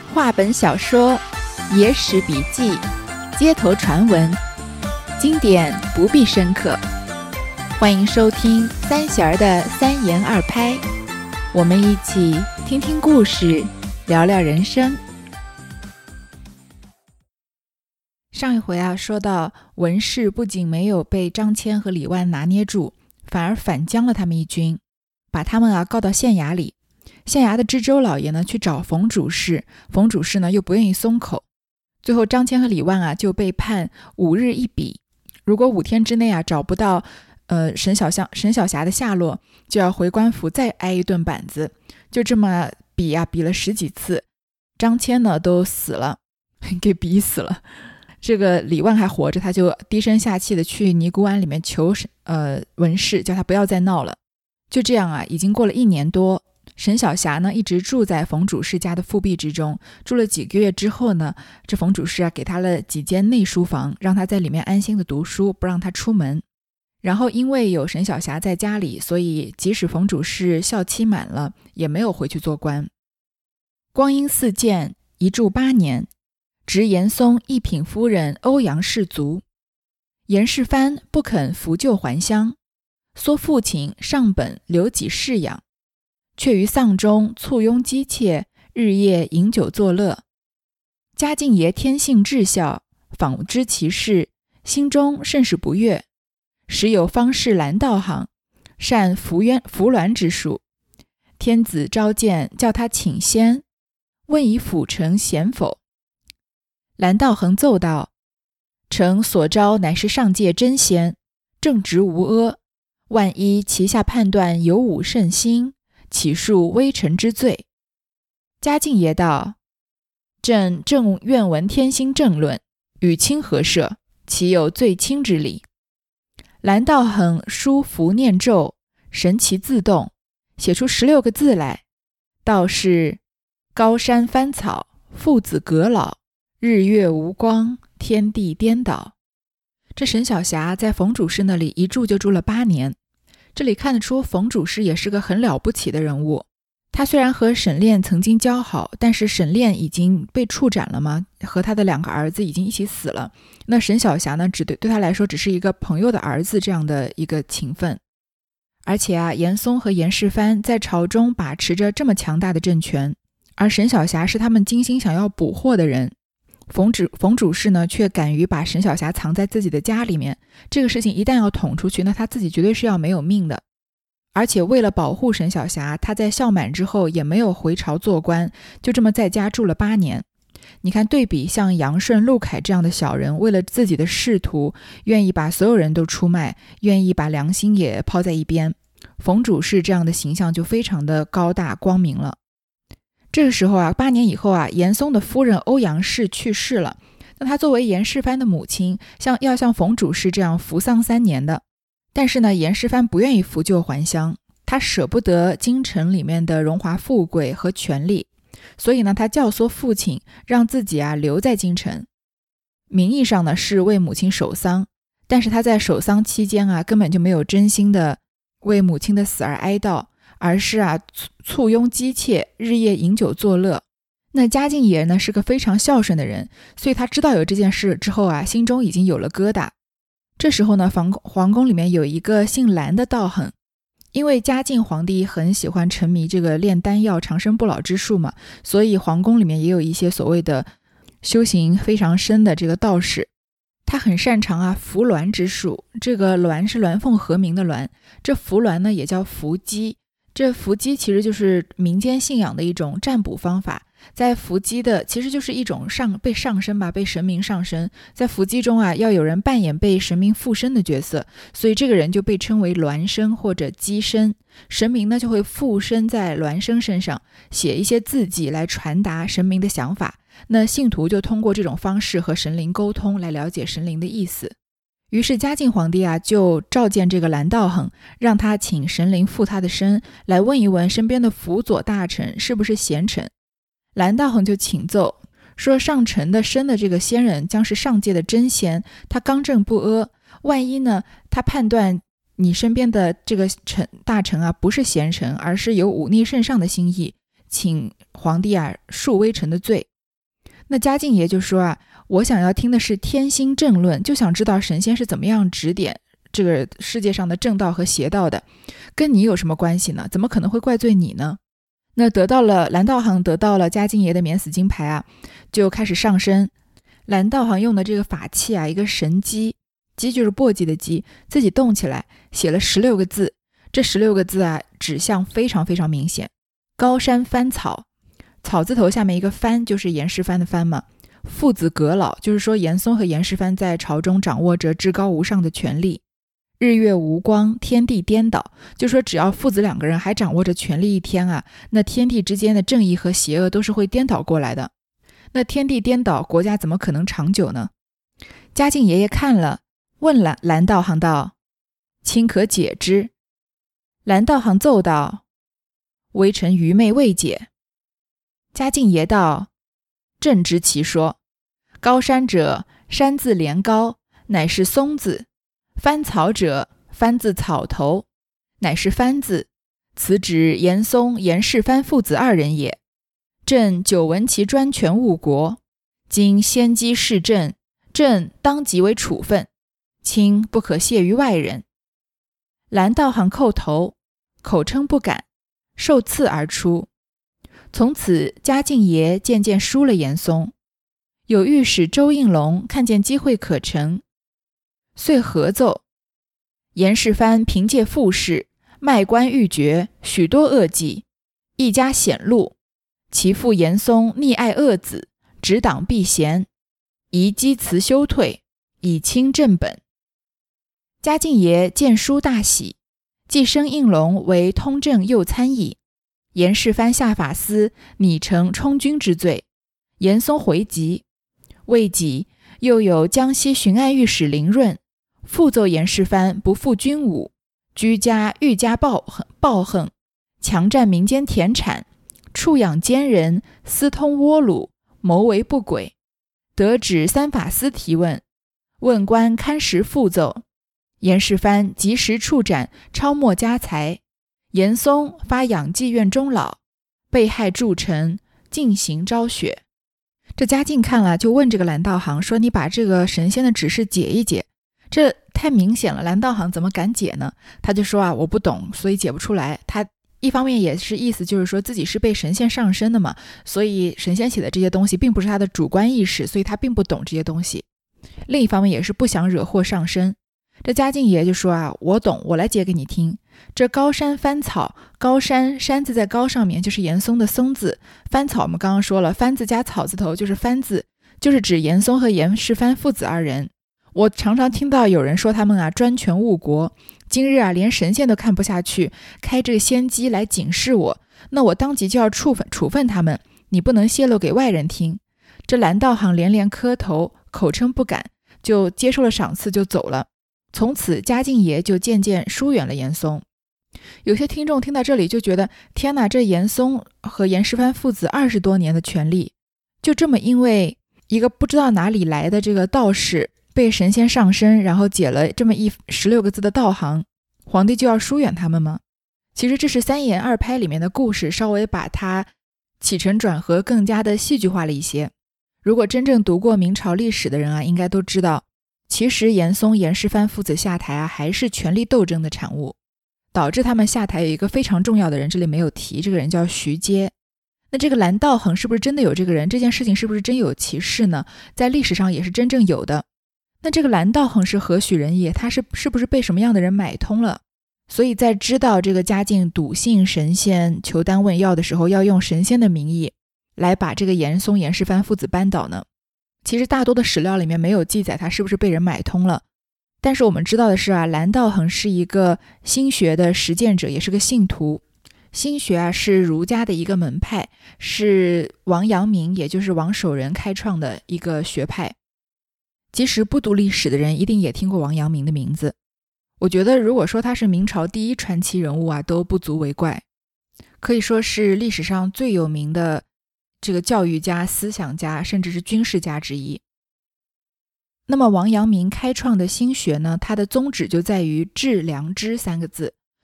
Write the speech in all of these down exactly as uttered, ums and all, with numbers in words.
话本小说、野史笔记、街头传闻，经典不必深刻。欢迎收听三弦儿的三言二拍，我们一起听听故事，聊聊人生。上一回啊，说到文氏不仅没有被张骞和李万拿捏住，反而反将了他们一军，把他们啊告到县衙里。县衙的知州老爷呢去找冯主事，冯主事呢又不愿意松口，最后张骞和李万啊就被判五日一比，如果五天之内啊找不到呃沈小香沈小霞的下落，就要回官府再挨一顿板子。就这么比啊比了十几次，张骞呢都死了，给逼死了。这个李万还活着，他就低声下气的去尼姑庵里面求呃文氏，叫他不要再闹了。就这样啊，已经过了一年多。沈小霞呢一直住在冯主事家的复辟之中，住了几个月之后呢，这冯主事啊给他了几间内书房，让他在里面安心的读书，不让他出门。然后因为有沈小霞在家里，所以即使冯主事孝期满了，也没有回去做官。光阴似箭，一住八年，执严嵩一品夫人欧阳氏族。严世蕃不肯扶柩还乡，唆父亲上本留己侍养，却于丧中簇拥姬妾，日夜饮酒作乐。嘉靖爷天性至孝，访知其事，心中甚是不悦。时有方士蓝道行，善扶鸳扶鸾之术。天子召见，叫他请仙，问以辅臣贤否。蓝道行奏道：臣所招乃是上界真仙，正直无阿，万一其下判断有侮圣心，岂恕微臣之罪。嘉靖爷道：朕正愿闻天心正论，与卿何涉？岂有最轻之理？蓝道行书符念咒，神奇自动，写出十六个字来，道是：高山翻草，父子隔老，日月无光，天地颠倒。这沈小霞在冯主事那里一住就住了八年。这里看得出冯主事也是个很了不起的人物。他虽然和沈炼曾经交好，但是沈炼已经被处斩了嘛，和他的两个儿子已经一起死了。那沈小霞呢，只对对他来说只是一个朋友的儿子这样的一个情分。而且啊，严嵩和严世蕃在朝中把持着这么强大的政权，而沈小霞是他们精心想要捕获的人。冯主冯主事呢，却敢于把沈小霞藏在自己的家里面，这个事情一旦要捅出去，那他自己绝对是要没有命的。而且为了保护沈小霞，他在孝满之后也没有回朝做官，就这么在家住了八年。你看对比像杨顺、陆凯这样的小人，为了自己的仕途，愿意把所有人都出卖，愿意把良心也抛在一边，冯主事这样的形象就非常的高大光明了。这个时候啊，八年以后啊，严嵩的夫人欧阳氏去世了。那他作为严世蕃的母亲，像要像冯主事这样服丧三年的。但是呢，严世蕃不愿意扶柩还乡，他舍不得京城里面的荣华富贵和权力，所以呢，他教唆父亲让自己啊留在京城。名义上呢是为母亲守丧，但是他在守丧期间啊，根本就没有真心的为母亲的死而哀悼，而是啊簇拥姬妾，日夜饮酒作乐。那嘉靖爷呢是个非常孝顺的人，所以他知道有这件事之后啊，心中已经有了疙瘩。这时候呢，皇皇宫里面有一个姓蓝的道行，因为嘉靖皇帝很喜欢沉迷这个炼丹药长生不老之术嘛，所以皇宫里面也有一些所谓的修行非常深的这个道士，他很擅长啊扶鸾之术。这个鸾是鸾凤和鸣的鸾，这扶鸾呢也叫伏击。这伏击其实就是民间信仰的一种占卜方法，在伏击的其实就是一种上被上身吧，被神明上身。在伏击中啊，要有人扮演被神明附身的角色，所以这个人就被称为鸾身或者鸡身。神明呢就会附身在鸾身身上，写一些字迹来传达神明的想法。那信徒就通过这种方式和神灵沟通，来了解神灵的意思。于是嘉靖皇帝啊就召见这个蓝道行，让他请神灵附他的身，来问一问身边的辅佐大臣是不是贤臣。蓝道行就请奏说，上臣的身的这个仙人将是上界的真仙，他刚正不阿，万一呢他判断你身边的这个臣大臣啊不是贤臣，而是有忤逆圣上的心意，请皇帝啊恕微臣的罪。 那嘉靖爷就说啊，我想要听的是天心正论，就想知道神仙是怎么样指点这个世界上的正道和邪道的，跟你有什么关系呢？怎么可能会怪罪你呢？那得到了蓝道行得到了嘉靖爷的免死金牌啊，就开始上身。蓝道行用的这个法器啊，一个神机，机就是簸箕的机，自己动起来，写了十六个字。这十六个字啊，指向非常非常明显。高山翻草，草字头下面一个翻，就是严世蕃的藩嘛。父子阁老，就是说严嵩和严世蕃在朝中掌握着至高无上的权力。日月无光，天地颠倒，就说只要父子两个人还掌握着权力一天啊，那天地之间的正义和邪恶都是会颠倒过来的。那天地颠倒，国家怎么可能长久呢？嘉靖爷爷看了，问蓝蓝道行道：卿可解之？蓝道行奏道：微臣愚昧未解。嘉靖爷道：朕知其说。高山者，山字连高，乃是松字；翻草者，翻字草头，乃是番字。此指严嵩、严世蕃父子二人也。朕久闻其专权误国，今先机示朕，朕当即为处分，卿不可泄于外人。蓝道行叩头，口称不敢，受赐而出。从此嘉靖爷渐渐疏了严嵩。有御史周应龙看见机会可乘，遂合奏：严世蕃凭借富士，卖官鬻爵，许多恶迹，一家显露。其父严嵩溺爱恶子，执党避嫌，宜积辞休退，以清正本。嘉靖爷见书大喜，即升应龙为通政右参议。严世蕃下法司，拟成充军之罪。严嵩回籍。未几，又有江西巡按御史林润复奏严世蕃不负军武，居家愈加暴横，暴横强占民间田产，处养奸人，私通倭虏，谋为不轨。得指三法司提问，问官堪实复奏。严世蕃及时处斩，抄没家财。严嵩发养济院终老，被害诸臣，尽行昭雪。这嘉靖看了，就问这个蓝道行说：“你把这个神仙的指示解一解。”这太明显了，蓝道行怎么敢解呢？他就说啊，我不懂，所以解不出来。他一方面也是意思就是说自己是被神仙上身的嘛，所以神仙写的这些东西并不是他的主观意识，所以他并不懂这些东西。另一方面也是不想惹祸上身。这嘉靖爷就说啊，我懂，我来解给你听。这高山翻草，高山山字在高上面，就是严嵩的嵩字。翻草我们刚刚说了，翻字加草字头就是番字，就是指严嵩和严世蕃父子二人。我常常听到有人说他们啊专权误国，今日啊连神仙都看不下去，开这个先机来警示我，那我当即就要处分处分他们，你不能泄露给外人听。这蓝道行连连磕头，口称不敢，就接受了赏赐就走了。从此嘉靖爷就渐渐疏远了严嵩。有些听众听到这里就觉得，天哪，这严嵩和严世蕃父子二十多年的权力，就这么因为一个不知道哪里来的这个道士被神仙上身，然后解了这么一十六个字的道行，皇帝就要疏远他们吗？其实这是三言二拍里面的故事，稍微把它起承转合更加的戏剧化了一些。如果真正读过明朝历史的人啊，应该都知道，其实严嵩、严世蕃父子下台啊，还是权力斗争的产物。导致他们下台有一个非常重要的人，这里没有提，这个人叫徐阶。那这个蓝道行是不是真的有这个人？这件事情是不是真有其事呢？在历史上也是真正有的。那这个蓝道行是何许人也？他是是不是被什么样的人买通了？所以在知道这个嘉靖笃信神仙，求丹问药的时候，要用神仙的名义来把这个严嵩、严世蕃父子扳倒呢？其实大多的史料里面没有记载他是不是被人买通了。但是我们知道的是啊，蓝道行是一个心学的实践者，也是个信徒。心学啊是儒家的一个门派，是王阳明也就是王守仁开创的一个学派。即使不读历史的人一定也听过王阳明的名字。我觉得如果说他是明朝第一传奇人物啊，都不足为怪。可以说是历史上最有名的这个教育家、思想家，甚至是军事家之一。那么王阳明开创的心学呢，它的宗旨就在于致良知三个字，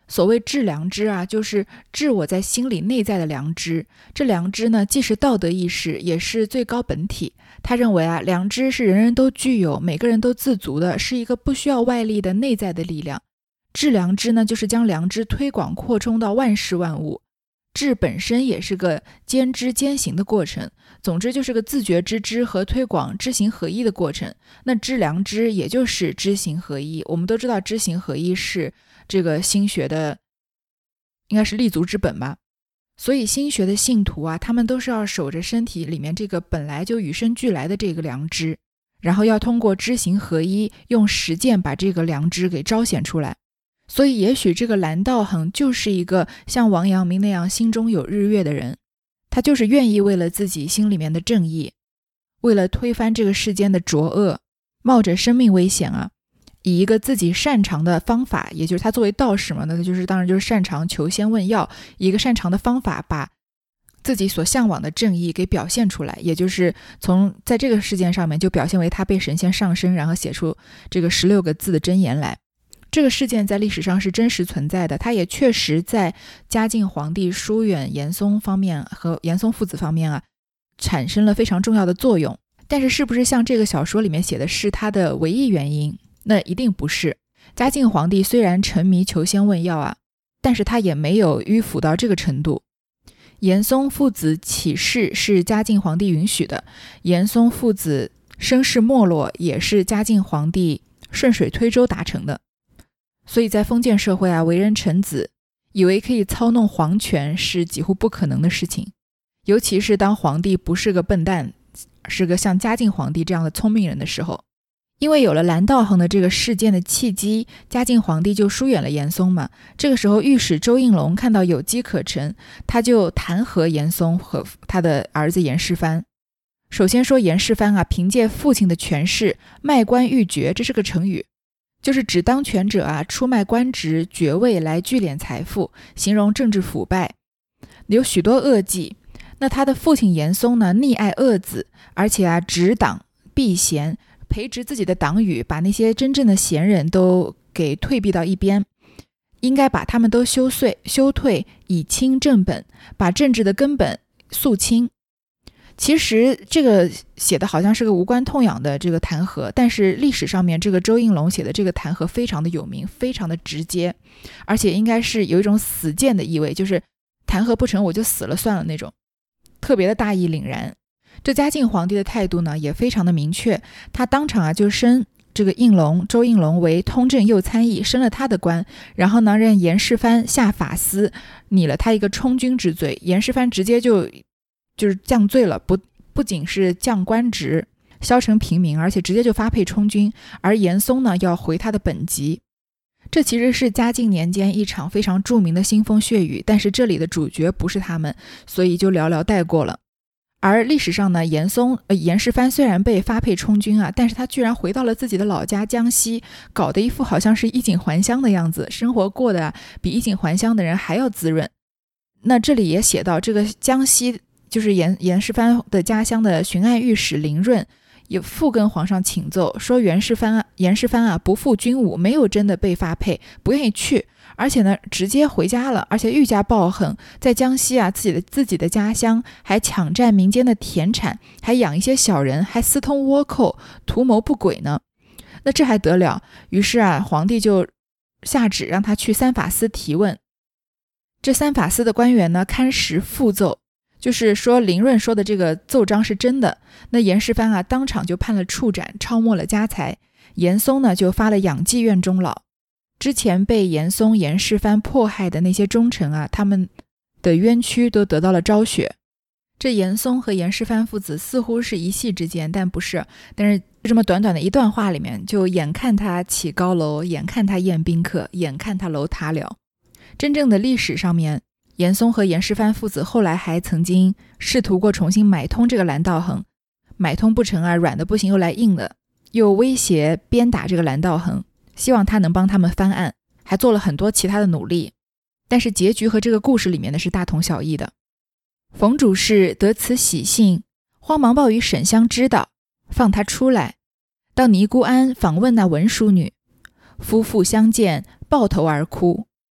所谓致良知啊，就是致我在心里内在的良知。这良知呢，既是道德意识，也是最高本体。他认为啊，良知是人人都具有，每个人都自足的，是一个不需要外力的内在的力量。致良知呢，就是将良知推广扩充到万事万物。致本身也是个兼知兼行的过程，总之就是个自觉之知和推广知行合一的过程。那致良知也就是知行合一。我们都知道知行合一是这个心学的应该是立足之本吧。所以心学的信徒啊，他们都是要守着身体里面这个本来就与生俱来的这个良知，然后要通过知行合一，用实践把这个良知给彰显出来。所以也许这个蓝道恒就是一个像王阳明那样心中有日月的人，他就是愿意为了自己心里面的正义，为了推翻这个世间的浊恶，冒着生命危险啊，以一个自己擅长的方法，也就是他作为道士嘛，那就是当然就是擅长求仙问药，以一个擅长的方法把自己所向往的正义给表现出来，也就是从在这个事件上面就表现为他被神仙上身，然后写出这个十六个字的箴言来。这个事件在历史上是真实存在的，它也确实在嘉靖皇帝疏远严嵩方面和严嵩父子方面啊，产生了非常重要的作用。但是是不是像这个小说里面写的是它的唯一原因？那一定不是。嘉靖皇帝虽然沉迷求仙问药啊，但是他也没有迂腐到这个程度。严嵩父子起事是嘉靖皇帝允许的，严嵩父子声势没落也是嘉靖皇帝顺水推舟达成的。所以在封建社会啊，为人臣子以为可以操弄皇权是几乎不可能的事情，尤其是当皇帝不是个笨蛋，是个像嘉靖皇帝这样的聪明人的时候。因为有了蓝道恒的这个事件的契机，嘉靖皇帝就疏远了严嵩嘛。这个时候御史周应龙看到有机可乘，他就弹劾严嵩和他的儿子严世蕃。首先说严世蕃啊，凭借父亲的权势卖官鬻爵，这是个成语，就是指当权者啊出卖官职爵位来聚敛财富，形容政治腐败，有许多恶迹。那他的父亲严嵩呢，溺爱恶子，而且啊执党避贤，培植自己的党羽，把那些真正的贤人都给退避到一边，应该把他们都修燧修退，以清正本，把政治的根本肃清。其实这个写的好像是个无关痛痒的这个弹劾，但是历史上面这个周应龙写的这个弹劾非常的有名，非常的直接，而且应该是有一种死谏的意味，就是弹劾不成我就死了算了那种，特别的大义凛然。这嘉靖皇帝的态度呢也非常的明确，他当场啊就升这个应龙周应龙为通政右参议，升了他的官，然后呢让严世蕃下法司，拟了他一个充军之罪。严世蕃直接就就是降罪了，不不仅是降官职削成平民，而且直接就发配充军，而严嵩呢要回他的本籍。这其实是嘉靖年间一场非常著名的腥风血雨，但是这里的主角不是他们，所以就寥寥带过了。而历史上呢，严嵩、呃、严世蕃虽然被发配充军啊，但是他居然回到了自己的老家江西，搞得一副好像是衣锦还乡的样子，生活过得、啊、比衣锦还乡的人还要滋润。那这里也写到，这个江西就是严严世蕃的家乡的巡按御史林润，也复跟皇上请奏说袁世蕃啊，严世蕃啊不负军务，没有真的被发配，不愿意去。而且呢直接回家了，而且愈加暴横，在江西啊自己的自己的家乡还抢占民间的田产，还养一些小人，还私通倭寇，图谋不轨呢。那这还得了？于是啊皇帝就下旨让他去三法司提问。这三法司的官员呢堪实复奏，就是说林润说的这个奏章是真的。那严世蕃啊当场就判了处斩，抄没了家财。严嵩呢就发了养济院终老。之前被严嵩、严世蕃迫害的那些忠臣啊，他们的冤屈都得到了昭雪。这严嵩和严世蕃父子似乎是一夕之间，但不是。但是这么短短的一段话里面，就眼看他起高楼，眼看他宴宾客，眼看他楼塌了。真正的历史上面，严嵩和严世蕃父子后来还曾经试图过重新买通这个蓝道恒，买通不成啊，软的不行又来硬的，又威胁鞭打这个蓝道恒，希望他能帮他们翻案，还做了很多其他的努力，但是结局和这个故事里面的是大同小异的。冯主事得此喜信，慌忙报与沈香知道，放他出来，到尼姑庵访问那文淑女，夫妇相见，抱头而哭。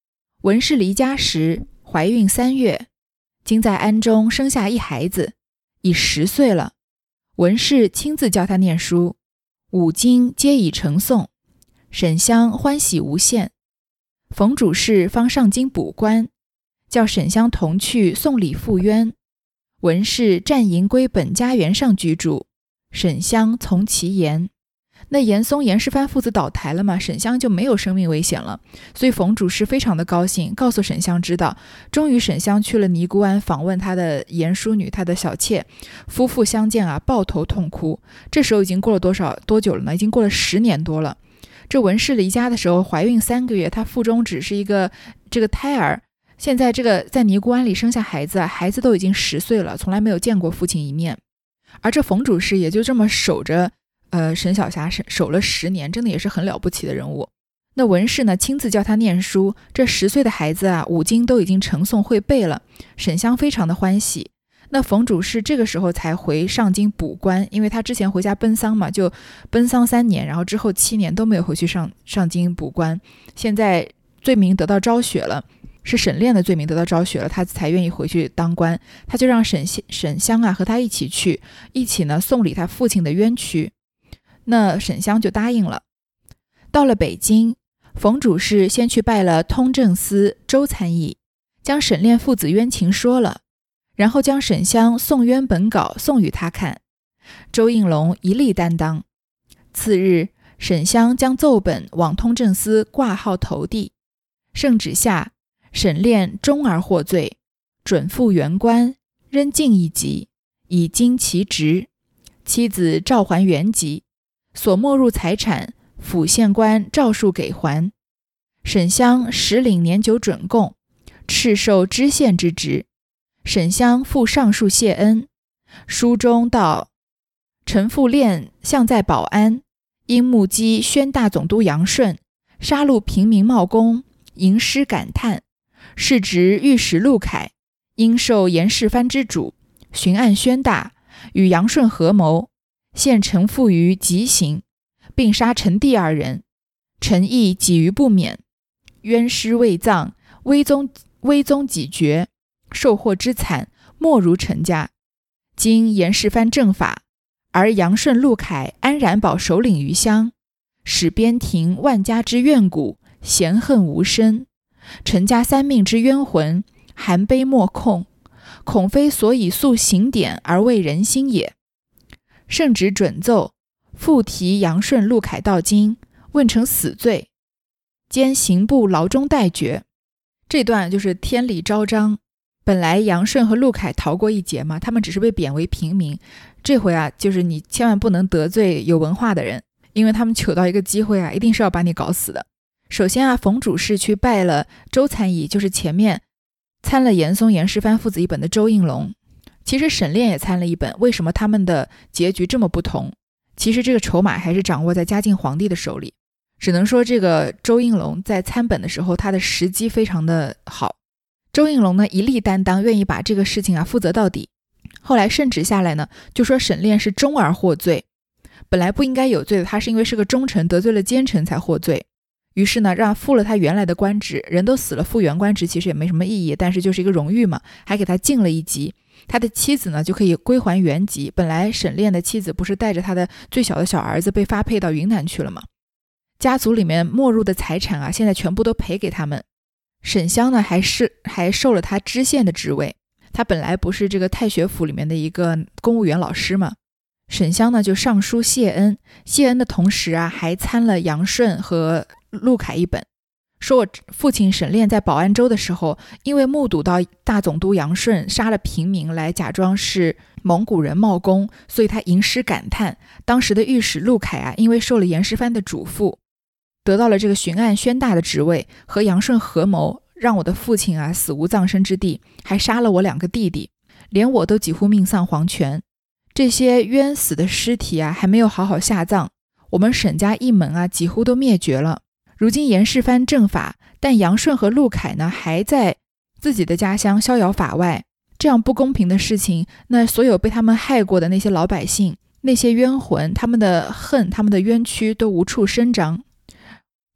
文氏离家时怀孕三月，经在安中生下一孩子，已十岁了。文氏亲自教他念书，五经皆已成诵，沈香欢喜无限。冯主事方上京补官，叫沈香同去送礼赴渊。文氏暂营归本家园上居住，沈香从其言。那严嵩严世蕃父子倒台了嘛，沈香就没有生命危险了，所以冯主事非常的高兴，告诉沈香知道。终于沈香去了尼姑庵访问他的严淑女，他的小妾，夫妇相见啊，抱头痛哭。这时候已经过了多少多久了呢？已经过了十年多了。这文氏离家的时候怀孕三个月，她腹中只是一个这个胎儿，现在这个在尼姑庵里生下孩子，孩子都已经十岁了，从来没有见过父亲一面。而这冯主事也就这么守着呃，沈小霞守了十年，真的也是很了不起的人物。那文氏呢，亲自教他念书，这十岁的孩子啊，五经都已经成诵会背了，沈香非常的欢喜。那冯主事这个时候才回上京补官，因为他之前回家奔丧嘛，就奔丧三年，然后之后七年都没有回去上上京补官。现在罪名得到昭雪了，是沈炼的罪名得到昭雪了，他才愿意回去当官。他就让沈沈香啊和他一起去，一起呢送礼他父亲的冤屈。那沈香就答应了。到了北京，冯主事先去拜了通政司周参议，将沈炼父子冤情说了，然后将沈香送冤本稿送与他看。周应龙一力担当。次日，沈香将奏本往通政司挂号投递，圣旨下，沈炼终而获罪，准复原官，仍进一级，以经其职，妻子照还原籍，所没入财产，府县官照数给还。沈香实领年久准供，敕授知县之职。沈香复上书谢恩。书中道：陈复炼向在保安，因目击宣大总督杨顺杀戮平民冒功，吟诗感叹，是职御史陆凯因受严世蕃之主，巡按宣大，与杨顺合谋，陷陈复于极刑，并杀陈第二人，陈毅己于不免，冤尸未葬，危宗危宗己绝，受祸之惨，莫如陈家。今严世蕃正法，而杨顺、陆凯安然保首领于乡，使边庭万家之怨骨，嫌恨无声。陈家三命之冤魂，含悲莫控，恐非所以诉刑典而为人心也。圣旨准奏，复提杨顺、陆凯到京，问成死罪，兼刑部牢中待决。这段就是天理昭彰。本来杨顺和陆凯逃过一劫嘛，他们只是被贬为平民，这回啊，就是你千万不能得罪有文化的人，因为他们求到一个机会啊，一定是要把你搞死的。首先啊，冯主事去拜了周参议，就是前面参了严嵩、严世蕃父子一本的周应龙。其实沈炼也参了一本，为什么他们的结局这么不同？其实这个筹码还是掌握在嘉靖皇帝的手里。只能说这个周应龙在参本的时候，他的时机非常的好。周应龙呢一力担当，愿意把这个事情啊负责到底。后来圣旨下来呢，就说沈炼是终而获罪，本来不应该有罪的，他是因为是个忠臣，得罪了奸臣才获罪。于是呢，让复了他原来的官职，人都死了，复原官职其实也没什么意义，但是就是一个荣誉嘛，还给他进了一级。他的妻子呢就可以归还原籍。本来沈炼的妻子不是带着他的最小的小儿子被发配到云南去了吗？家族里面没入的财产啊，现在全部都赔给他们。沈香呢还是还受了他知县的职位，他本来不是这个太学府里面的一个公务员老师嘛。沈香呢就上书谢恩，谢恩的同时啊，还参了杨顺和陆凯一本，说我父亲沈炼在保安州的时候，因为目睹到大总督杨顺杀了平民来假装是蒙古人冒功，所以他吟诗感叹。当时的御史陆凯啊，因为受了严世蕃的嘱咐，得到了这个巡按宣大的职位，和杨顺合谋，让我的父亲啊死无葬身之地，还杀了我两个弟弟，连我都几乎命丧黄泉。这些冤死的尸体啊，还没有好好下葬，我们沈家一门啊几乎都灭绝了。如今严世蕃正法，但杨顺和陆凯呢还在自己的家乡逍遥法外，这样不公平的事情，那所有被他们害过的那些老百姓，那些冤魂，他们的恨，他们的冤屈都无处伸张。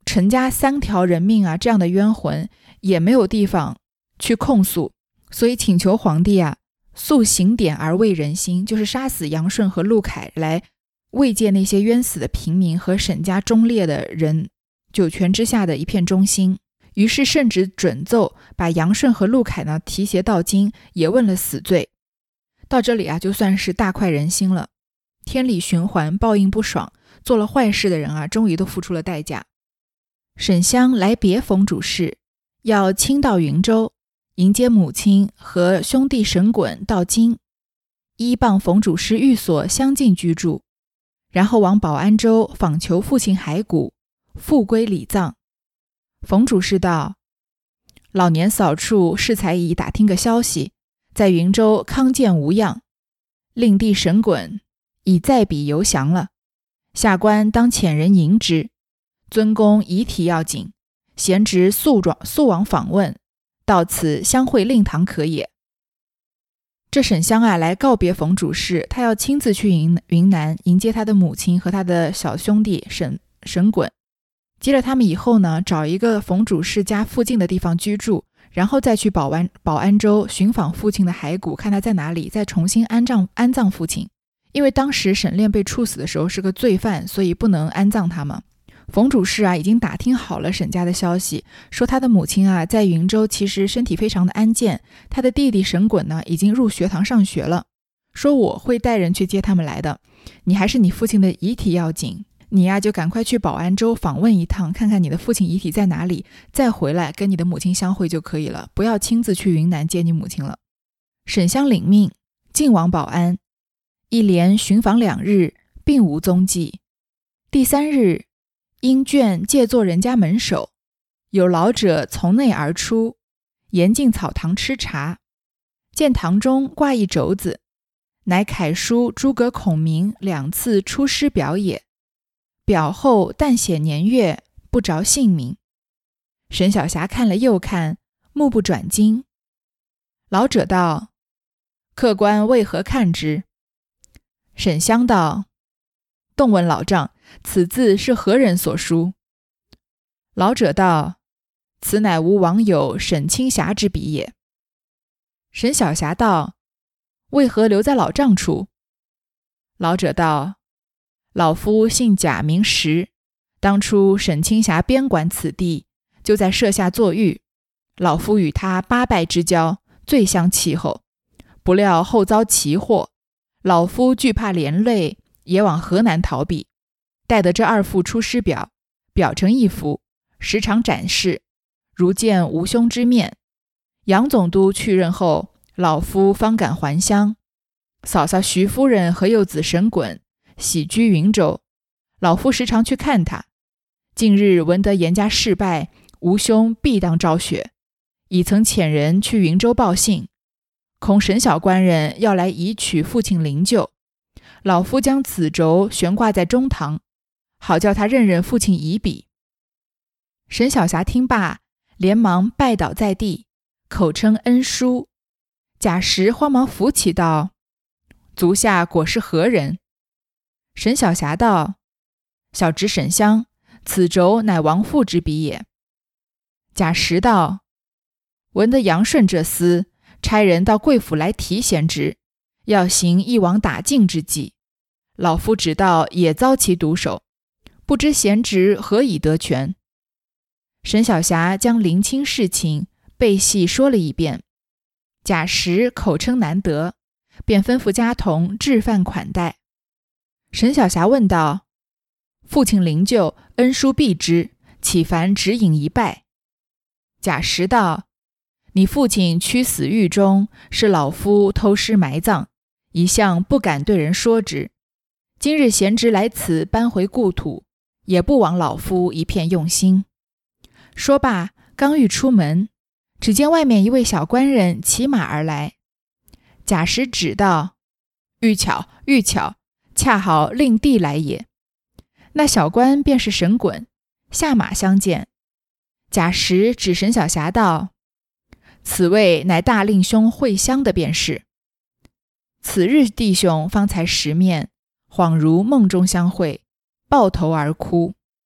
陈家三条人命啊，这样的冤魂也没有地方去控诉，所以请求皇帝啊，速刑典而慰人心，就是杀死杨顺和陆凯，来慰藉那些冤死的平民和沈家忠烈的人九泉之下的一片忠心。于是圣旨准奏，把杨顺和陆凯呢提携到京，也问了死罪。到这里啊，就算是大快人心了。天理循环，报应不爽，做了坏事的人啊，终于都付出了代价。沈香来别冯主事，要亲到云州迎接母亲和兄弟沈衮到京，依傍冯主事寓所相近居住，然后往保安州访求父亲骸骨，复归礼葬。冯主事道：老年扫处适才已打听个消息，在云州康健无恙，令弟沈衮已在彼游降了，下官当遣人迎之，尊公遗体要紧，贤侄速速往访问，到此相会令堂可也。这沈香啊来告别冯主事，他要亲自去云云南迎接他的母亲和他的小兄弟沈沈衮，接着他们以后呢，找一个冯主事家附近的地方居住，然后再去保安保安州寻访父亲的骸骨，看他在哪里，再重新安葬安葬父亲。因为当时沈炼被处死的时候是个罪犯，所以不能安葬他嘛。冯主事啊已经打听好了沈家的消息，说他的母亲啊在云州其实身体非常的安健，他的弟弟沈衮呢已经入学堂上学了，说我会带人去接他们来的，你还是你父亲的遗体要紧，你呀、啊、就赶快去保安州访问一趟，看看你的父亲遗体在哪里，再回来跟你的母亲相会就可以了，不要亲自去云南接你母亲了。沈香领命，进往保安，一连寻访两日，并无踪迹。第三日，因眷借作人家门首，有老者从内而出，沿进草堂吃茶，见堂中挂一轴子，乃楷书诸葛孔明两次出师表也。表后但写年月，不着姓名。沈小霞看了又看，目不转睛。老者道：客官为何看之？沈香道：动问老丈，此字是何人所书？老者道：此乃吾网友沈青霞之笔也。沈小霞道：为何留在老丈处？老者道：老夫姓贾名石，当初沈青霞边管此地，就在舍下坐狱，老夫与他八拜之交，最相契候，不料后遭奇祸，老夫惧怕连累，也往河南逃避，带得这二副出师表，表成一幅，时常展示，如见无兄之面。杨总督去任后，老夫方敢还乡，嫂嫂徐夫人和幼子沈衮喜居云州，老夫时常去看他。近日闻得严家事败，吾兄必当昭雪，已曾遣人去云州报信，恐沈小官人要来移取父亲灵柩，老夫将此轴悬挂在中堂，好叫他认认父亲遗笔。沈小霞听罢，连忙拜倒在地，口称恩叔。贾石慌忙扶起道：足下果是何人？沈小霞道：小侄沈香，此轴乃亡父之笔也。贾石道：闻得杨顺这厮差人到贵府来提贤侄，要行一网打尽之计，老夫只道也遭其毒手，不知贤侄何以得权。沈小霞将林清事情背细说了一遍，贾石口称难得，便吩咐家童置饭款待。沈小霞问道：父亲灵柩，恩叔必知，岂烦只引一拜？贾石道：你父亲屈死狱中，是老夫偷师埋葬，一向不敢对人说之，今日贤侄来此搬回故土，也不枉老夫一片用心。说罢，刚欲出门，只见外面一位小官人骑马而来。贾石指道：遇巧遇巧，恰好令弟来也。那小官便是沈衮，下马相见。贾石指沈小霞道：此位乃大令兄会香的便是。此日弟兄方才识面，恍如梦中相会，抱头而哭。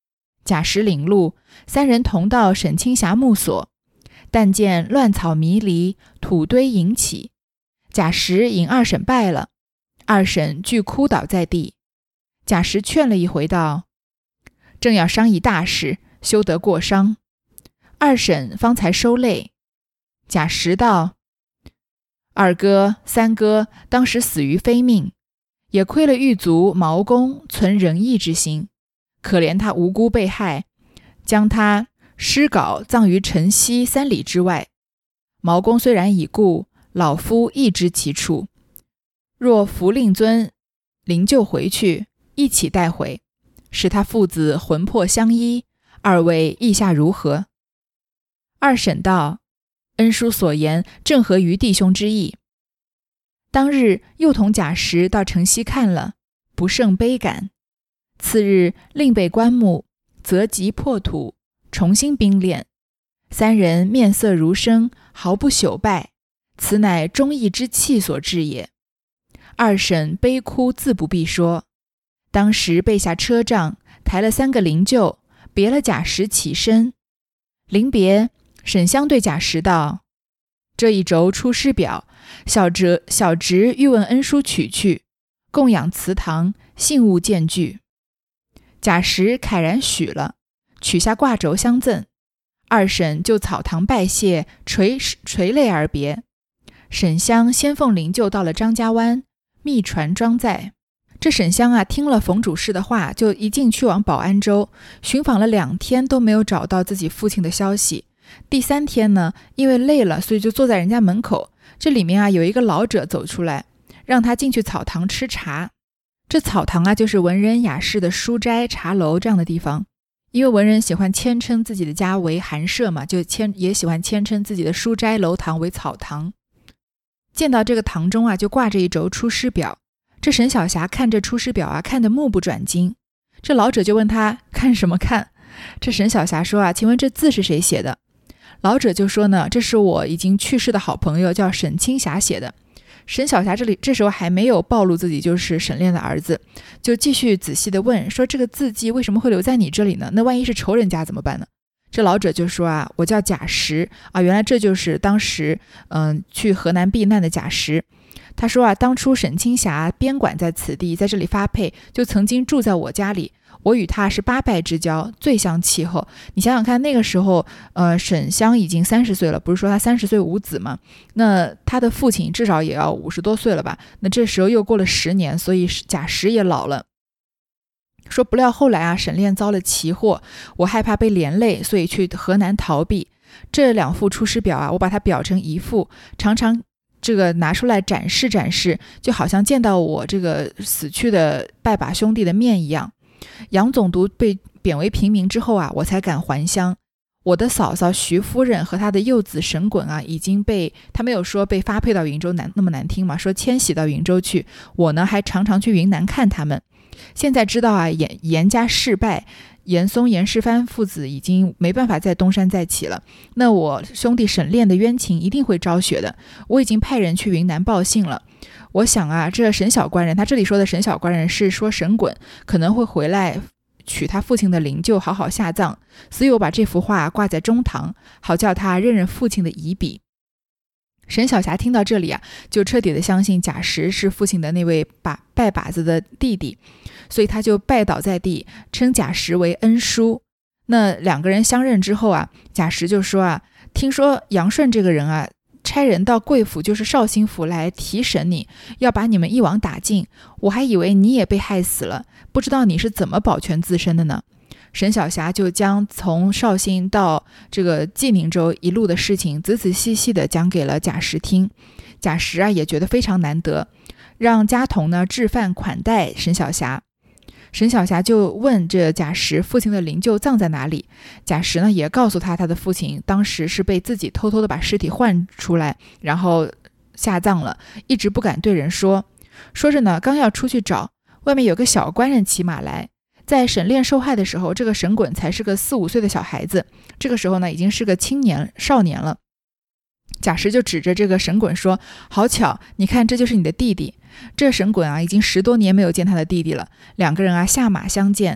贾石领路，三人同到沈清霞墓所，但见乱草迷离，土堆引起。贾石引二婶拜了，二婶俱哭倒在地。贾石劝了一回道：正要商议大事，休得过伤。二婶方才收泪。贾石道：二哥三哥当时死于非命，也亏了狱卒毛公存仁义之心，可怜他无辜被害，将他尸槁葬于城西三里之外。毛公虽然已故，老夫亦知其处，若福令尊灵柩回去，一起带回，使他父子魂魄相依，二位意下如何？二婶道：恩叔所言正合于弟兄之意。当日又同贾石到城西看了，不胜悲感。次日另被棺木，择即破土，重新冰炼。三人面色如生，毫不朽败，此乃忠义之气所致也。二婶悲哭自不必说。当时备下车仗，抬了三个灵柩，别了贾石起身。临别，沈香对贾石道：这一轴出师表，小侄小侄欲问恩叔取去，供养祠堂，信物见具。贾石慨然许了，取下挂轴相赠。二婶就草堂拜谢，垂垂泪而别。沈香先奉灵柩到了张家湾，密传装载。这沈香啊，听了冯主事的话，就一径去往保安州，寻访了两天都没有找到自己父亲的消息。第三天呢，因为累了，所以就坐在人家门口。这里面啊，有一个老者走出来，让他进去草堂吃茶。这草堂啊，就是文人雅士的书斋、茶楼这样的地方。因为文人喜欢谦称自己的家为寒舍嘛，就谦也喜欢谦称自己的书斋楼堂为草堂。见到这个堂中啊，就挂着一轴出师表。这沈小霞看这出师表啊，看得目不转睛。这老者就问他看什么看？这沈小霞说啊，请问这字是谁写的？老者就说呢，这是我已经去世的好朋友叫沈清霞写的。沈小霞这里这时候还没有暴露自己就是沈炼的儿子，就继续仔细的问说，这个字迹为什么会留在你这里呢？那万一是仇人家怎么办呢？这老者就说啊，我叫贾石啊，原来这就是当时嗯去河南避难的贾石。他说啊，当初沈清霞边管在此地，在这里发配，就曾经住在我家里，我与他是八拜之交，最相契合。你想想看，那个时候呃，沈香已经三十岁了，不是说他三十岁无子吗？那他的父亲至少也要五十多岁了吧？那这时候又过了十年，所以贾石也老了。说不料后来啊，沈炼遭了奇祸，我害怕被连累，所以去河南逃避。这两副出师表啊，我把它裱成一副，常常这个拿出来展示展示，就好像见到我这个死去的拜把兄弟的面一样。杨总督被贬为平民之后啊，我才敢还乡。我的嫂嫂徐夫人和她的幼子沈衮啊，已经被他没有说被发配到云州难那么难听嘛，说迁徙到云州去。我呢还常常去云南看他们。现在知道啊，严严家事败，严嵩、严世蕃父子已经没办法再东山再起了。那我兄弟沈炼的冤情一定会昭雪的。我已经派人去云南报信了。我想啊，这沈小官人，他这里说的沈小官人是说沈衮可能会回来取他父亲的灵柩，好好下葬。所以我把这幅画挂在中堂，好叫他认认父亲的遗笔。沈小霞听到这里啊，就彻底的相信贾石是父亲的那位把拜把子的弟弟，所以他就拜倒在地，称贾石为恩叔。那两个人相认之后啊，贾石就说啊，听说杨顺这个人啊，差人到贵府，就是绍兴府来提审你，要把你们一网打尽。我还以为你也被害死了，不知道你是怎么保全自身的呢？沈小霞就将从绍兴到这个济宁州一路的事情仔仔细细的讲给了贾石听。贾石啊也觉得非常难得，让家童呢置饭款待沈小霞。沈小霞就问这贾石父亲的灵柩葬在哪里。贾石呢也告诉他，他的父亲当时是被自己偷偷的把尸体换出来，然后下葬了，一直不敢对人说。说着呢，刚要出去找，外面有个小官人骑马来。在沈炼受害的时候，这个沈衮才是个四五岁的小孩子，这个时候呢已经是个青年少年了。贾石就指着这个沈衮说，好巧，你看这就是你的弟弟。这沈衮啊已经十多年没有见他的弟弟了，两个人啊下马相见。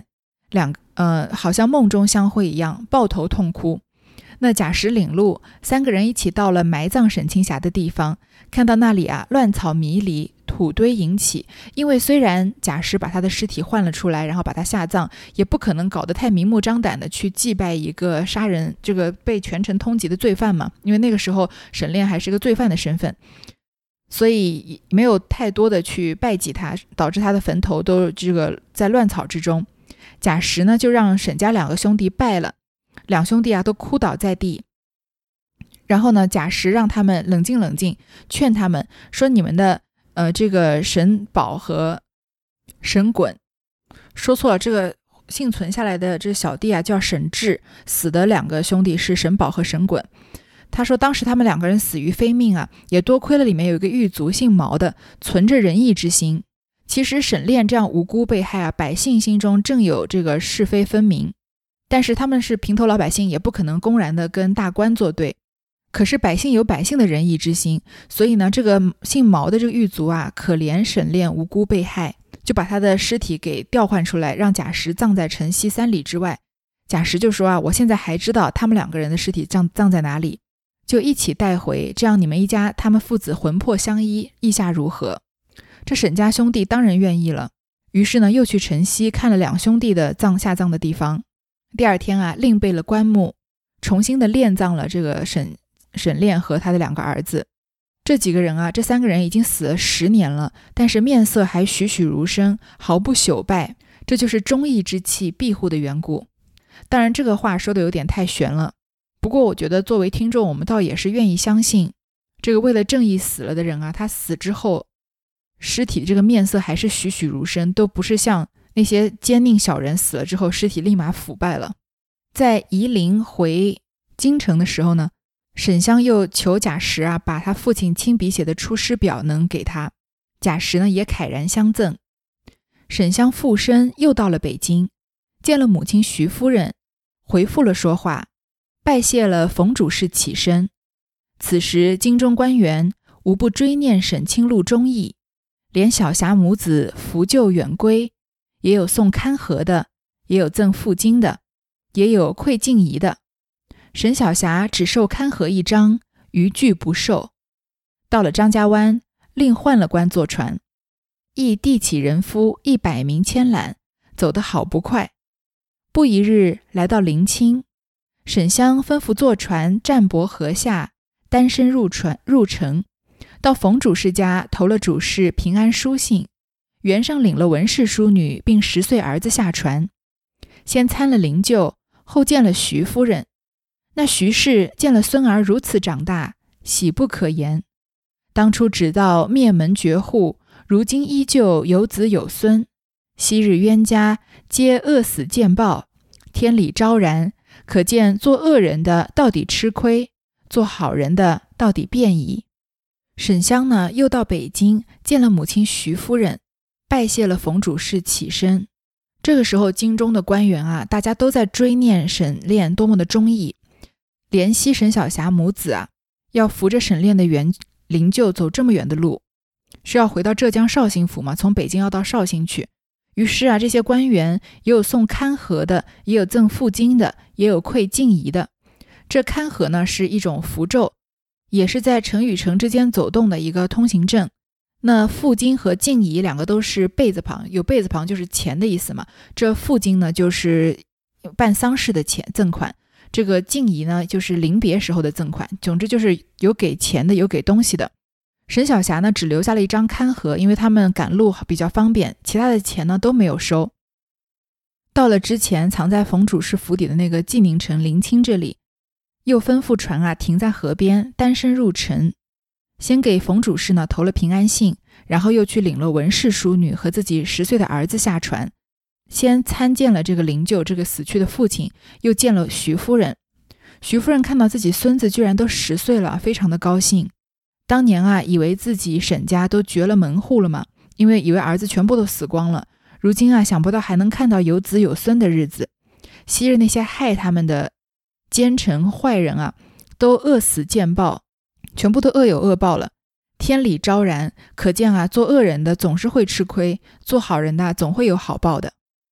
两呃好像梦中相会一样，抱头痛哭。那贾石领路，三个人一起到了埋葬沈青霞的地方，看到那里啊乱草迷离，土堆引起。因为虽然贾石把他的尸体换了出来，然后把他下葬，也不可能搞得太明目张胆的去祭拜一个杀人这个被全城通缉的罪犯嘛，因为那个时候沈炼还是个罪犯的身份，所以没有太多的去拜祭他，导致他的坟头都这个在乱草之中。贾石呢就让沈家两个兄弟拜了，两兄弟啊都哭倒在地。然后呢，贾石让他们冷静冷静，劝他们说你们的呃这个沈宝和沈衮，说错了，这个幸存下来的这小弟啊叫沈志，死的两个兄弟是沈宝和沈衮。他说当时他们两个人死于非命啊，也多亏了里面有一个狱卒姓毛的存着仁义之心。其实沈炼这样无辜被害啊，百姓心中正有这个是非分明，但是他们是平头老百姓，也不可能公然的跟大官作对。可是百姓有百姓的仁义之心，所以呢，这个姓毛的这个狱卒啊，可怜沈炼无辜被害，就把他的尸体给调换出来，让贾石葬在城西三里之外。贾石就说啊，我现在还知道他们两个人的尸体葬葬在哪里，就一起带回，这样你们一家他们父子魂魄相依，意下如何？这沈家兄弟当然愿意了，于是呢，又去城西看了两兄弟的葬下葬的地方。第二天啊，另备了棺木，重新的殓葬了这个沈沈炼和他的两个儿子。这几个人啊，这三个人已经死了十年了，但是面色还栩栩如生，毫不朽败，这就是忠义之气庇护的缘故。当然这个话说的有点太玄了，不过我觉得作为听众，我们倒也是愿意相信，这个为了正义死了的人啊，他死之后尸体这个面色还是栩栩如生，都不是像那些奸佞小人死了之后尸体立马腐败了。在夷陵回京城的时候呢，沈香又求贾石啊，把他父亲亲笔写的出师表能给他。贾石呢也慨然相赠。沈香复身又到了北京，见了母亲徐夫人，回复了说话，拜谢了冯主事起身。此时京中官员无不追念沈清禄忠义，连小霞母子扶柩远归，也有送刊盒的，也有赠负金的，也有馈敬仪的。沈小霞只受刊盒一张，余具不受。到了张家湾，另换了官坐船，亦递起人夫一百名牵揽，走得好不快。不一日来到临清，沈香吩咐坐船站泊河下，单身入船入城，到冯主事家投了主事平安书信，原上领了文氏淑女并十岁儿子下船，先参了灵柩，后见了徐夫人。那徐氏见了孙儿如此长大，喜不可言。当初只道灭门绝户，如今依旧有子有孙。昔日冤家皆饿死见报，天理昭然，可见做恶人的到底吃亏，做好人的到底便宜。沈香呢，又到北京见了母亲徐夫人，拜谢了冯主事起身。这个时候京中的官员啊，大家都在追念沈炼多么的忠义，怜惜沈小霞母子啊，要扶着沈炼的原灵柩走这么远的路，是要回到浙江绍兴府嘛，从北京要到绍兴去。于是啊，这些官员也有送刊盒的，也有赠负金的，也有馈敬仪的。这刊盒呢是一种符咒，也是在城与城之间走动的一个通行证。那负金和敬仪两个都是贝字旁，有贝字旁就是钱的意思嘛。这负金呢就是办丧事的钱赠款，这个敬仪呢就是临别时候的赠款，总之就是有给钱的，有给东西的。沈小霞呢只留下了一张刊盒，因为他们赶路比较方便，其他的钱呢都没有收。到了之前藏在冯主事府邸的那个济宁城临清这里，又吩咐船啊停在河边，单身入城，先给冯主事呢投了平安信，然后又去领了文氏淑女和自己十岁的儿子下船，先参见了这个灵柩这个死去的父亲，又见了徐夫人。徐夫人看到自己孙子居然都十岁了，非常的高兴。当年啊，以为自己沈家都绝了门户了嘛，因为以为儿子全部都死光了。如今啊，想不到还能看到有子有孙的日子。昔日那些害他们的奸臣坏人啊，都饿死见报，全部都恶有恶报了。天理昭然，可见啊，做恶人的总是会吃亏，做好人的总会有好报的。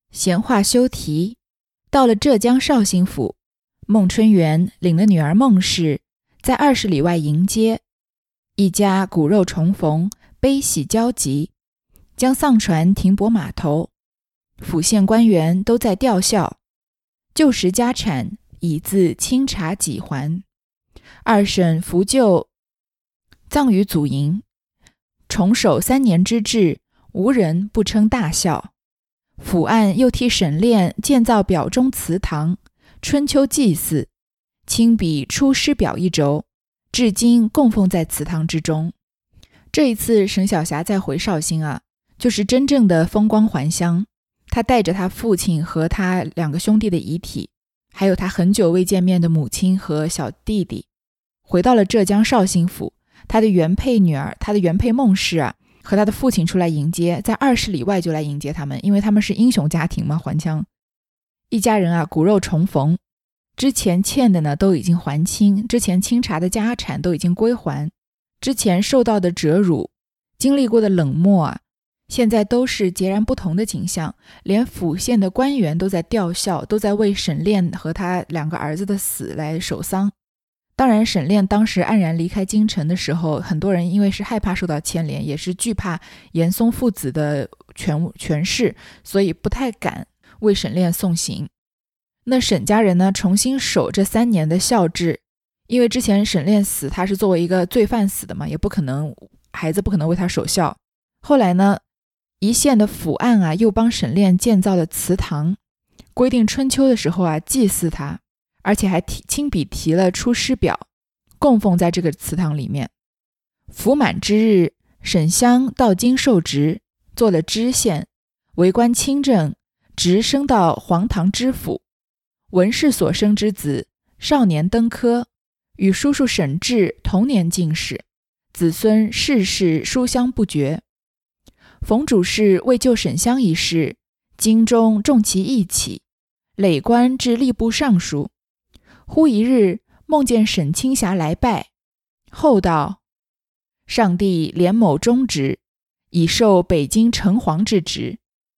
闲话休提，到了浙江绍兴府，孟春元领了女儿孟氏，在二十里外迎接，一家骨肉重逢，悲喜交集，将丧船停泊码头，府县官员都在吊孝，旧时家产已自清查几还，二审扶柩葬于祖茔，重守三年之制，无人不称大孝。府案又替沈炼建造表中祠堂，春秋祭祀，亲笔出师表一轴，至今供奉在祠堂之中。这一次沈小霞再回绍兴啊，就是真正的风光还乡。他带着他父亲和他两个兄弟的遗体，还有他很久未见面的母亲和小弟弟，回到了浙江绍兴府。他的原配女儿，他的原配孟氏啊，和他的父亲出来迎接，在二十里外就来迎接他们，因为他们是英雄家庭嘛，还乡。一家人啊，骨肉重逢，之前欠的呢都已经还清，之前清查的家产都已经归还，之前受到的折辱，经历过的冷漠啊，现在都是截然不同的景象。连府县的官员都在吊孝，都在为沈炼和他两个儿子的死来守丧。当然沈炼当时黯然离开京城的时候，很多人因为是害怕受到牵连，也是惧怕严嵩父子的权权势，所以不太敢为沈炼送行。那沈家人呢，重新守这三年的孝制，因为之前沈炼死，他是作为一个罪犯死的嘛，也不可能，孩子不可能为他守孝。后来呢，一县的府案啊，又帮沈炼建造了祠堂，规定春秋的时候啊祭祀他，而且还提亲笔提了出师表，供奉在这个祠堂里面。服满之日，沈襄到京受职，做了知县，为官清正，直升到黄堂知府。文氏所生之子，少年登科，与叔叔沈志同年进士，子孙世世书香不绝。冯主事为救沈襄一事，京中重其义气，累官至吏部尚书。忽一日，梦见沈青霞来拜，后道：上帝怜某忠直，已授北京城隍之职，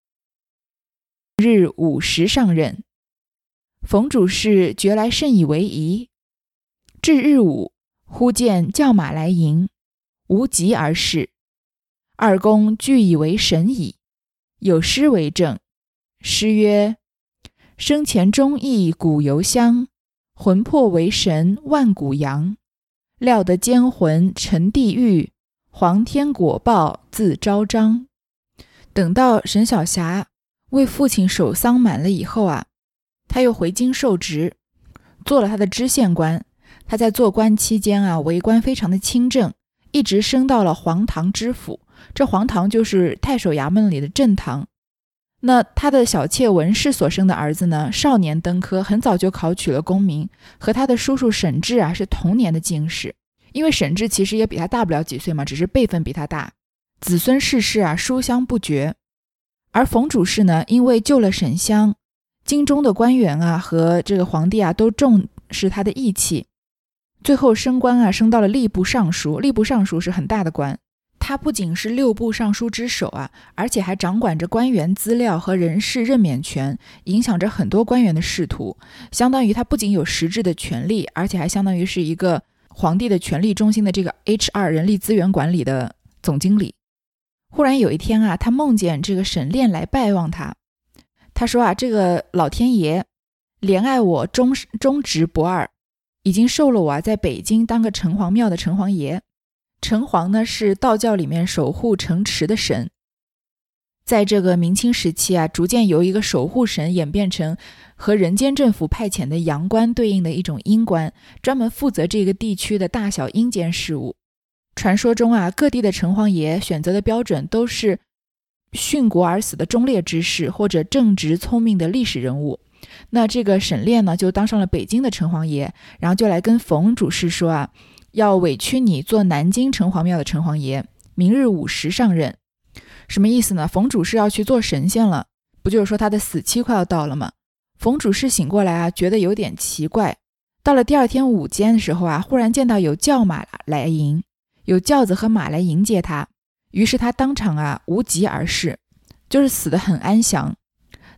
日午时上任。冯主事觉来甚以为宜。至日午，忽见叫马来迎，无疾而逝。二公俱以为神矣。有诗为证，诗曰：生前忠义古犹香，魂魄为神万古扬。料得奸魂沉地狱，黄天果报自昭彰。等到沈小霞为父亲守丧满了以后啊，他又回京受职，做了他的知县官。他在做官期间啊，为官非常的清正，一直升到了黄堂知府。这黄堂就是太守衙门里的正堂。那他的小妾文氏所生的儿子呢，少年登科，很早就考取了功名，和他的叔叔沈志啊是同年的进士。因为沈志其实也比他大不了几岁嘛，只是辈分比他大。子孙世世啊书香不绝。而冯主事呢，因为救了沈襄，京中的官员啊和这个皇帝啊都重视他的义气，最后升官啊升到了吏部尚书。吏部尚书是很大的官，他不仅是六部尚书之首啊，而且还掌管着官员资料和人事任免权，影响着很多官员的仕途。相当于他不仅有实质的权力，而且还相当于是一个皇帝的权力中心的这个 H R 人力资源管理的总经理。忽然有一天啊，他梦见这个沈炼来拜望他。他说啊，这个老天爷怜爱我忠忠直不二，已经授了我啊在北京当个城隍庙的城隍爷。城隍呢是道教里面守护城池的神。在这个明清时期啊，逐渐由一个守护神演变成和人间政府派遣的阳官对应的一种阴官，专门负责这个地区的大小阴间事务。传说中啊，各地的城隍爷选择的标准都是殉国而死的忠烈之士，或者正直聪明的历史人物。那这个沈炼呢，就当上了北京的城隍爷，然后就来跟冯主事说啊，要委屈你做南京城隍庙的城隍爷，明日午时上任。什么意思呢？冯主事要去做神仙了，不就是说他的死期快要到了吗？冯主事醒过来啊，觉得有点奇怪。到了第二天午间的时候啊，忽然见到有轿马来迎，有轿子和马来迎接他，于是他当场啊无疾而逝，就是死得很安详。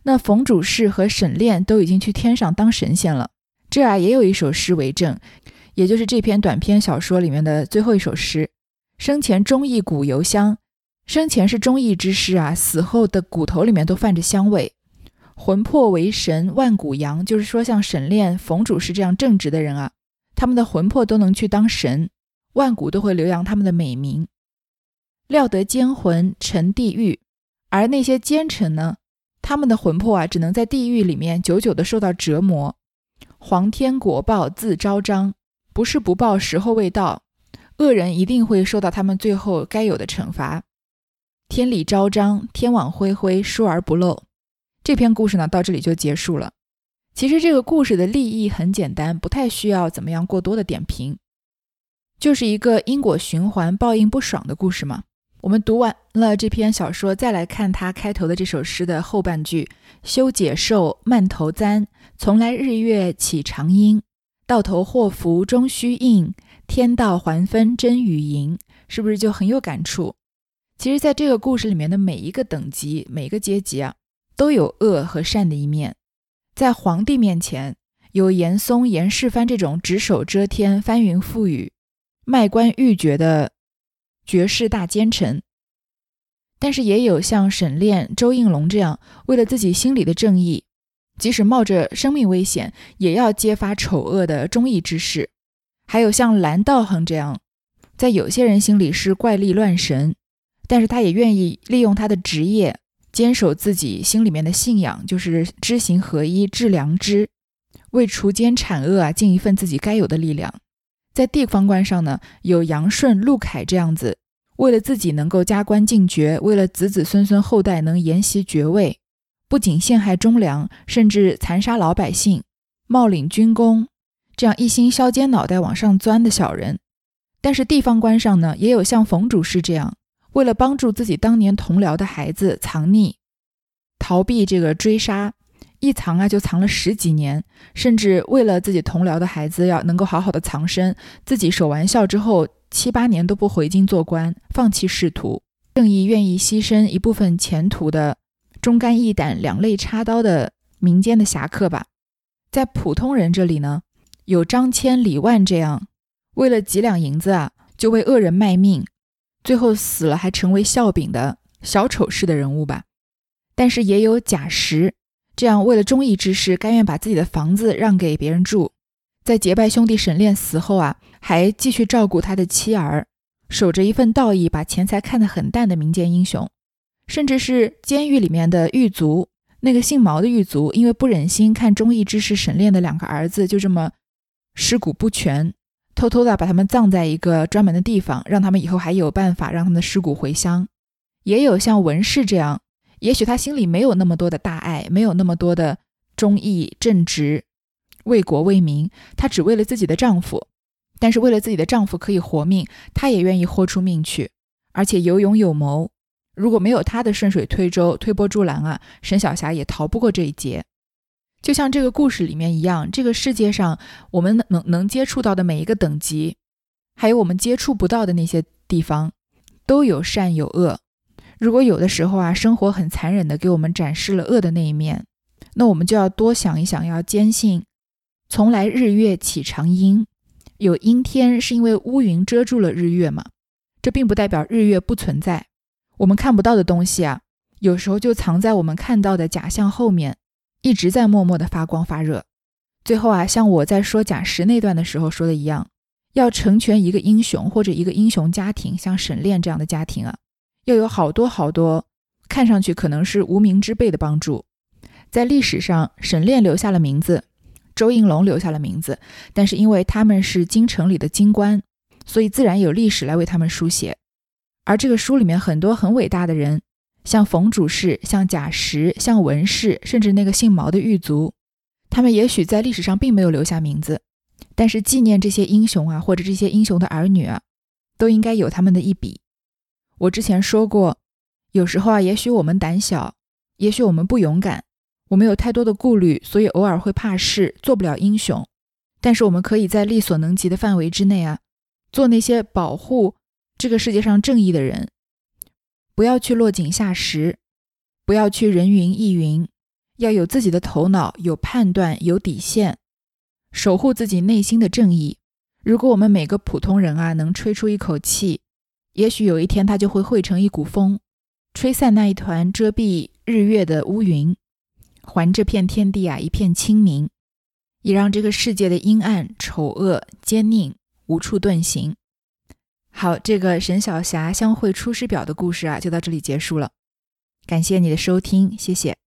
那冯主事和沈炼都已经去天上当神仙了，这啊也有一首诗为证，也就是这篇短篇小说里面的最后一首诗。生前忠义骨犹香，生前是忠义之士啊，死后的骨头里面都泛着香味。魂魄为神，万古扬，就是说像沈炼、冯主事这样正直的人啊，他们的魂魄都能去当神，万古都会留扬他们的美名。料得奸魂沉地狱，而那些奸臣呢，他们的魂魄啊，只能在地狱里面久久的受到折磨。皇天果报自昭彰，不是不报，时候未到，恶人一定会受到他们最后该有的惩罚。天理昭彰，天网恢恢，疏而不漏。这篇故事呢，到这里就结束了。其实这个故事的立意很简单，不太需要怎么样过多的点评，就是一个因果循环、报应不爽的故事嘛。我们读完了这篇小说，再来看它开头的这首诗的后半句：休解寿，慢头簪，从来日月起长阴，到头祸福终须应，天道还分真与淫。是不是就很有感触？其实在这个故事里面的每一个等级、每一个阶级啊，都有恶和善的一面。在皇帝面前，有严嵩、严世蕃这种只手遮天、翻云覆雨、卖官鬻爵的绝世大奸臣，但是也有像沈炼、周应龙这样为了自己心里的正义，即使冒着生命危险也要揭发丑恶的忠义之士。还有像蓝道行这样，在有些人心里是怪力乱神，但是他也愿意利用他的职业坚守自己心里面的信仰，就是知行合一、致良知，为除奸铲恶啊尽一份自己该有的力量。在地方官上呢，有杨顺、陆凯这样子，为了自己能够加官进爵，为了子子孙孙后代能沿袭爵位，不仅陷害忠良，甚至残杀老百姓，冒领军功，这样一心削尖脑袋往上钻的小人。但是地方官上呢，也有像冯主事这样，为了帮助自己当年同僚的孩子藏匿，逃避这个追杀，一藏啊就藏了十几年，甚至为了自己同僚的孩子要能够好好的藏身，自己守完孝之后七八年都不回京做官，放弃仕途，正义愿意牺牲一部分前途的忠肝义胆、两肋插刀的民间的侠客吧。在普通人这里呢，有张骞、李万这样为了几两银子啊就为恶人卖命，最后死了还成为笑柄的小丑式的人物吧。但是也有贾石这样为了忠义之士甘愿把自己的房子让给别人住，在结拜兄弟沈炼死后啊，还继续照顾他的妻儿，守着一份道义，把钱财看得很淡的民间英雄。甚至是监狱里面的狱卒，那个姓毛的狱卒，因为不忍心看忠义之士沈炼的两个儿子就这么尸骨不全，偷偷的把他们葬在一个专门的地方，让他们以后还有办法让他们的尸骨回乡。也有像文氏这样，也许他心里没有那么多的大爱，没有那么多的忠义正直，为国为民，她只为了自己的丈夫，但是为了自己的丈夫可以活命，她也愿意豁出命去，而且有勇有谋。如果没有她的顺水推舟、推波助澜啊，沈小霞也逃不过这一劫。就像这个故事里面一样，这个世界上我们能能接触到的每一个等级，还有我们接触不到的那些地方，都有善有恶。如果有的时候啊，生活很残忍的给我们展示了恶的那一面，那我们就要多想一想，要坚信从来日月起长阴，有阴天是因为乌云遮住了日月嘛，这并不代表日月不存在。我们看不到的东西啊，有时候就藏在我们看到的假象后面，一直在默默的发光发热。最后啊，像我在说贾石那段的时候说的一样，要成全一个英雄或者一个英雄家庭，像沈炼这样的家庭啊，要有好多好多看上去可能是无名之辈的帮助。在历史上，沈炼留下了名字，周应龙留下了名字，但是因为他们是京城里的京官，所以自然有历史来为他们书写。而这个书里面很多很伟大的人，像冯主事、像贾石、像文氏，甚至那个姓毛的狱卒，他们也许在历史上并没有留下名字，但是纪念这些英雄啊，或者这些英雄的儿女啊，都应该有他们的一笔。我之前说过，有时候啊，也许我们胆小，也许我们不勇敢，我们有太多的顾虑，所以偶尔会怕事，做不了英雄。但是我们可以在力所能及的范围之内啊，做那些保护这个世界上正义的人，不要去落井下石，不要去人云亦云， 要有自己的头脑，有判断，有底线，守护自己内心的正义。如果我们每个普通人啊能吹出一口气，也许有一天它就会汇成一股风，吹散那一团遮蔽日月的乌云，还这片天地啊一片清明，也让这个世界的阴暗、丑恶、奸佞无处遁形。好，这个沈小霞相会出师表的故事啊就到这里结束了，感谢你的收听，谢谢。